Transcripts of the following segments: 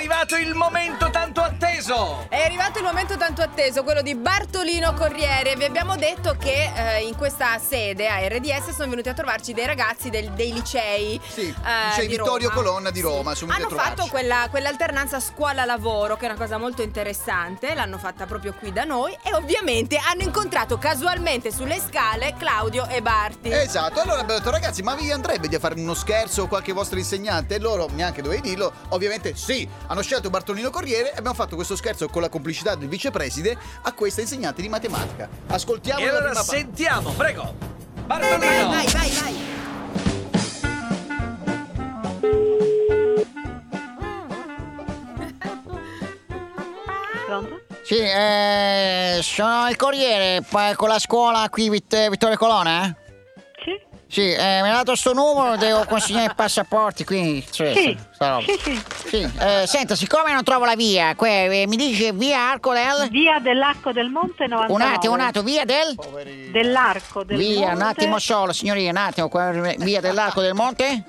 arrivato il momento tanto atteso. È arrivato il momento tanto atteso, quello di Bartolino Corriere. Vi abbiamo detto che in questa sede a RDS sono venuti a trovarci dei ragazzi dei licei. Sì, licei Vittorio Roma. Colonna di Roma. Sì. Hanno fatto quell'alternanza scuola-lavoro, che è una cosa molto interessante. L'hanno fatta proprio qui da noi. E ovviamente hanno incontrato casualmente sulle scale Claudio e Barti. Esatto, allora abbiamo detto ragazzi, ma vi andrebbe di fare uno scherzo o qualche vostro insegnante? E loro, neanche dovevi dirlo, ovviamente sì, hanno scelto Bartolino Corriere e abbiamo fatto questo scherzo con la complicità del vicepreside a questa insegnante di matematica. Ascoltiamo E la allora prima parte. sentiamo, prego. Bartolino. Vai. Pronto? Sì, sono il Corriere con la scuola qui Vittorio Colonna, Sì? Sì, mi ha dato sto numero, devo consegnare i passaporti qui. Cioè, Sì. sta roba. Sì. Sì, senta, siccome non trovo la via, mi dice via Arco del... Via dell'Arco del Monte 99. Un attimo, via del... Dell'Arco del Via, Monte un attimo solo, signorina, un attimo, via dell'Arco del Monte?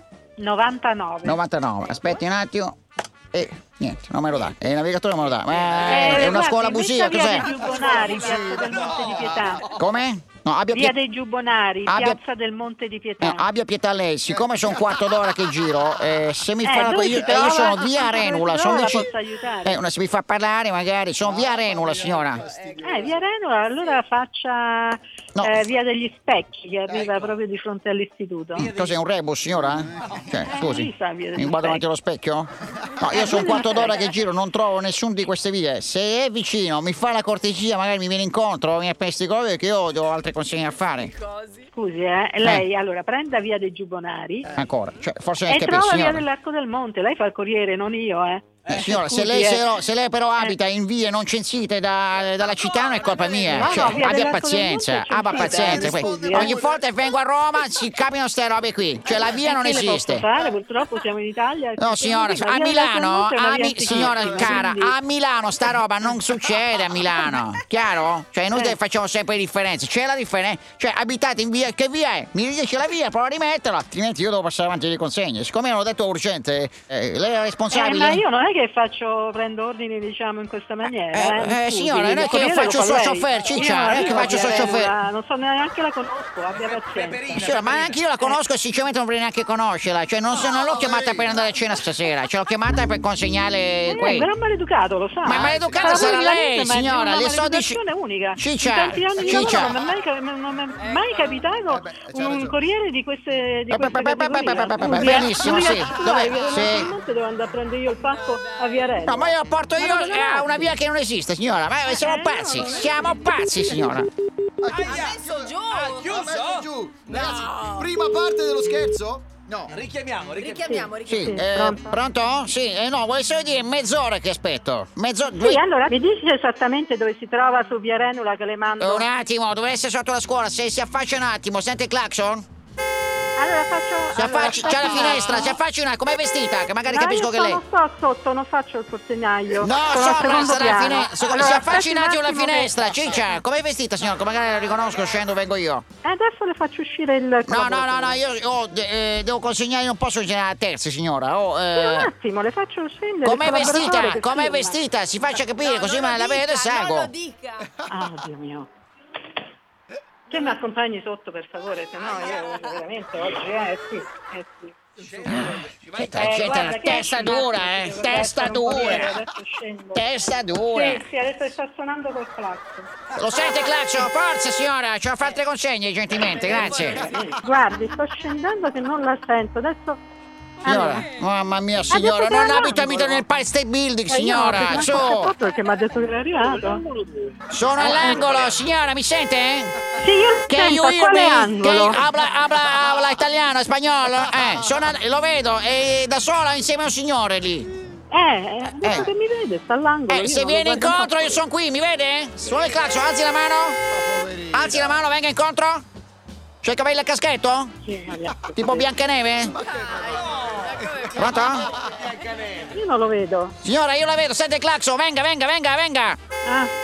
99. 99, aspetti un attimo. Niente, non me lo dà, il navigatore me lo dà. È una scuola abusiva, Via cos'è? dei Giubbonari, piazza del Monte di Pietà. Come? No, Via dei Giubbonari, piazza del Monte di Pietà. abbia pietà lei, siccome sono un quarto d'ora che giro, se mi fa dove si trova? io sono via Renula, Dove sono la vicino. posso aiutare? Se mi fa parlare magari, sono via Renula, signora. Via Renula, allora faccia No. Via degli Specchi, che arriva proprio di fronte all'istituto. Cos'è, un rebus, signora? Cioè, scusi, chi sa via degli mi guardo davanti allo specchio? No, io sono un quarto d'ora che giro, non trovo nessun di queste vie. Se è vicino, mi fa la cortesia, magari mi viene incontro, mi appesti cose, perché io ho altre consegne da fare. Scusi, lei allora prenda Via dei Giubbonari Ancora, cioè, forse non e capisco, trova Via signora. dell'Arco del Monte. Lei fa il corriere, non io, Signora, Scusi, se lei però abita in vie non censite dalla città, non è colpa mia. No, Cioè, Via abbia dell'Arco pazienza, del Monte è abbia censita, pazienza. scusi, Ogni volta che vengo a Roma si capitano ste robe qui. Cioè la via non Che le posso esiste. fare? Purtroppo siamo in Italia. No signora, Via a dell'Arco del Milano, Monte è una via signora antichissima, cara, quindi- a Milano sta roba non succede a Milano. Chiaro? Cioè inutile che facciamo sempre differenze. C'è la differenza. Cioè abitate in via, che via è? Mi dice la via, prova a rimetterla, altrimenti io devo passare avanti le consegne. Siccome hanno detto urgente, lei è responsabile? ma io non è che prendo ordini, diciamo, in questa maniera. Scusi, signora, non è il che io corriere faccio lo il fa suo lei. chauffeur, ciccia, Io non è che arrivo faccio il suo a Via chauffeur. Renula, non so neanche la conosco, abbia pazienza. Signora, ma anche io la conosco e sinceramente non vorrei neanche conoscerla. Cioè, non l'ho chiamata per andare a cena stasera, ce l'ho chiamata per consegnare È un maleducato, lo sa. Ma maleducata sarà lei, signora, le sto dicendo. Unica. Ciccia, In tanti anni di ciccia. lavoro non mi è mai capitato un corriere di queste categorie. Benissimo, sì. Dove? Sì. Devo andare a prendere io il pacco a Via Renula. No, ma io porto io a una via che non esiste, signora. Ma siamo pazzi, signora. Messo giù. Messo giù. Ragazzi, prima parte dello scherzo? No. Richiamiamo. Sì, pronto? Sì, no, vuoi solo dire mezz'ora che aspetto. Sì, allora mi dici esattamente dove si trova su Via Renula che le mando? Un attimo, dovrebbe essere sotto la scuola. Se si affaccia un attimo, sente il clacson? Allora faccio. C'è la finestra, si affacci una, com'è vestita? Che magari No, capisco che lei. Non sto sotto, non faccio il portinaio. No, Sono al sopra secondo sta la piano. finestra. Allora, Si affacci un aspetti attimo la che- finestra, ciccia. Com'è vestita, signor? Che magari la riconosco, scendo, vengo io. Adesso le faccio uscire il No, io devo consegnare, non posso consegnare a terzi, signora. Un attimo, le faccio scendere. Com'è il collaboratore vestita? che Com'è firma. vestita? Si faccia capire, così me la vedo e Non seguo. lo dica. Ah, Dio mio. Che mi accompagni sotto, per favore, se no io veramente oggi, sì. C'è la testa dura, testa dura. Testa dura. Sì, adesso sta suonando col clacson. Lo sente, clacson? Forza, signora, ci ho fatto altre consegne, gentilmente, grazie. Guardi, sto scendendo che non la sento. Adesso. Signora, mamma mia, signora, non abito nel Empire State Building, signora, su. Perché mi ha detto che era arrivato. Sono all'angolo, signora, mi sente? Sì, io lo sento, a quale angolo? Habla italiano, spagnolo? Lo vedo, è da sola insieme a un signore lì. Adesso che mi vede, sta all'angolo. io Se non lo viene guardo incontro, mai. io sono qui, mi vede? Suona il clacson, alzi la mano. Alzi la mano, venga incontro. C'è i capelli a caschetto? Sì, Maria. Tipo Biancaneve? Pronto? Io non lo vedo. Signora, io la vedo, sente il clacson, venga. Ah, Venga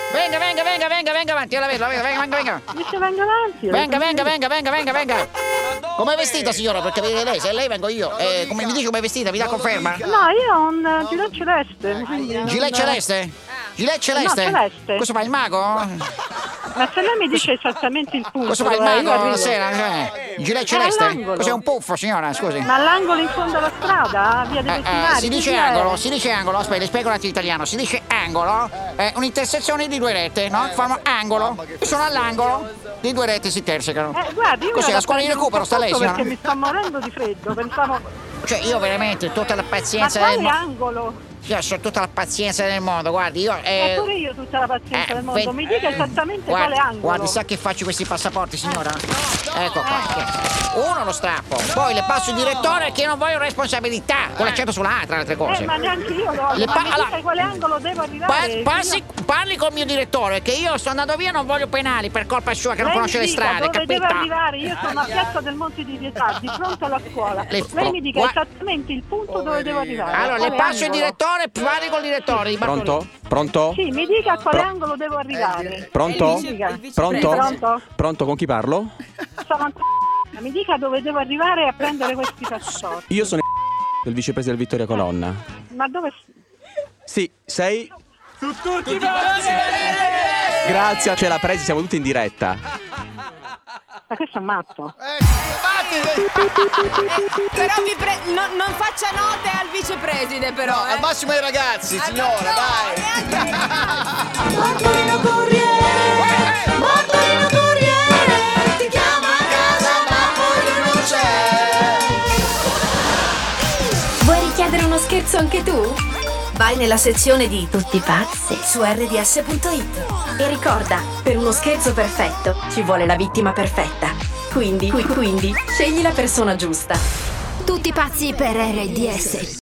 avanti, io la vedo, venga. dice venga avanti. Venga. Come è vestita, signora? Per capire lei, se lei vengo io. Come mi dice come è vestita, mi dà conferma? No, io ho un gilet celeste. quindi Gilet non- celeste? Gilet celeste? No, celeste. Cosa fa il mago? Ma se lei mi dice esattamente il punto. Cosa fa il dove io mago arrivo- stasera? Gilet celeste? all'angolo. Cos'è un puffo, signora? Scusi. Ma all'angolo in fondo alla strada? Via dei veterinari? Si dice Chi è? angolo, aspetta, le spiego un attimo italiano. Si dice angolo, è un'intersezione di due rette, no? Fanno angolo, e sono all'angolo, di due rette si intersecano. Guardi, io Cos'è, vado la a scuola di prendere un recupero sta lei, capotto signora? perché mi sto morendo di freddo, pensavo... Cioè, io veramente tutta la Ma pazienza del quale mondo. angolo? Io ho tutta la pazienza del mondo, guardi, io. Pure io tutta la pazienza del mondo, mi dica esattamente quale angolo. Guardi, sa che faccio questi passaporti, signora? Ecco qua. Uno lo strappo, poi le passo il direttore che io non voglio responsabilità, con l'accento sulla A, tra le altre cose. Ma neanche io lo Le voglio, pa- ma mi allora- dica quale angolo devo arrivare? Parli col mio direttore, che io sto andando via, non voglio penali per colpa sua che non Lei conosce mi le dica strade, dove devo capito? arrivare? Io sono a Piazza del Monte di Pietà, di fronte alla scuola. Lei mi dica esattamente il punto dove devo arrivare. Allora, le Quale passo il angolo? direttore, parli col direttore di Bartolini. Pronto? Pronto? Sì, mi dica a quale angolo devo arrivare. Pronto? Il vicepresidente. Pronto? Pronto? Pronto, con chi parlo? Sono a... Mi dica dove devo arrivare a prendere questi passaporti. Io sono del vicepresidente Vittoria Colonna. Ma dove... Sì, sei... Su tutti i Grazie, c'è la presi, siamo tutti in diretta. Ma questo è un matto. Però non faccia note al vicepreside, però. No, al massimo ai ragazzi, signora, dai. Bartolino Corriere, Bartolino Corriere, ti chiama a casa ma poi non c'è. Vuoi richiedere uno scherzo anche tu? Vai nella sezione di Tutti pazzi su rds.it e ricorda, per uno scherzo perfetto ci vuole la vittima perfetta. Quindi scegli la persona giusta. Tutti pazzi per RDS.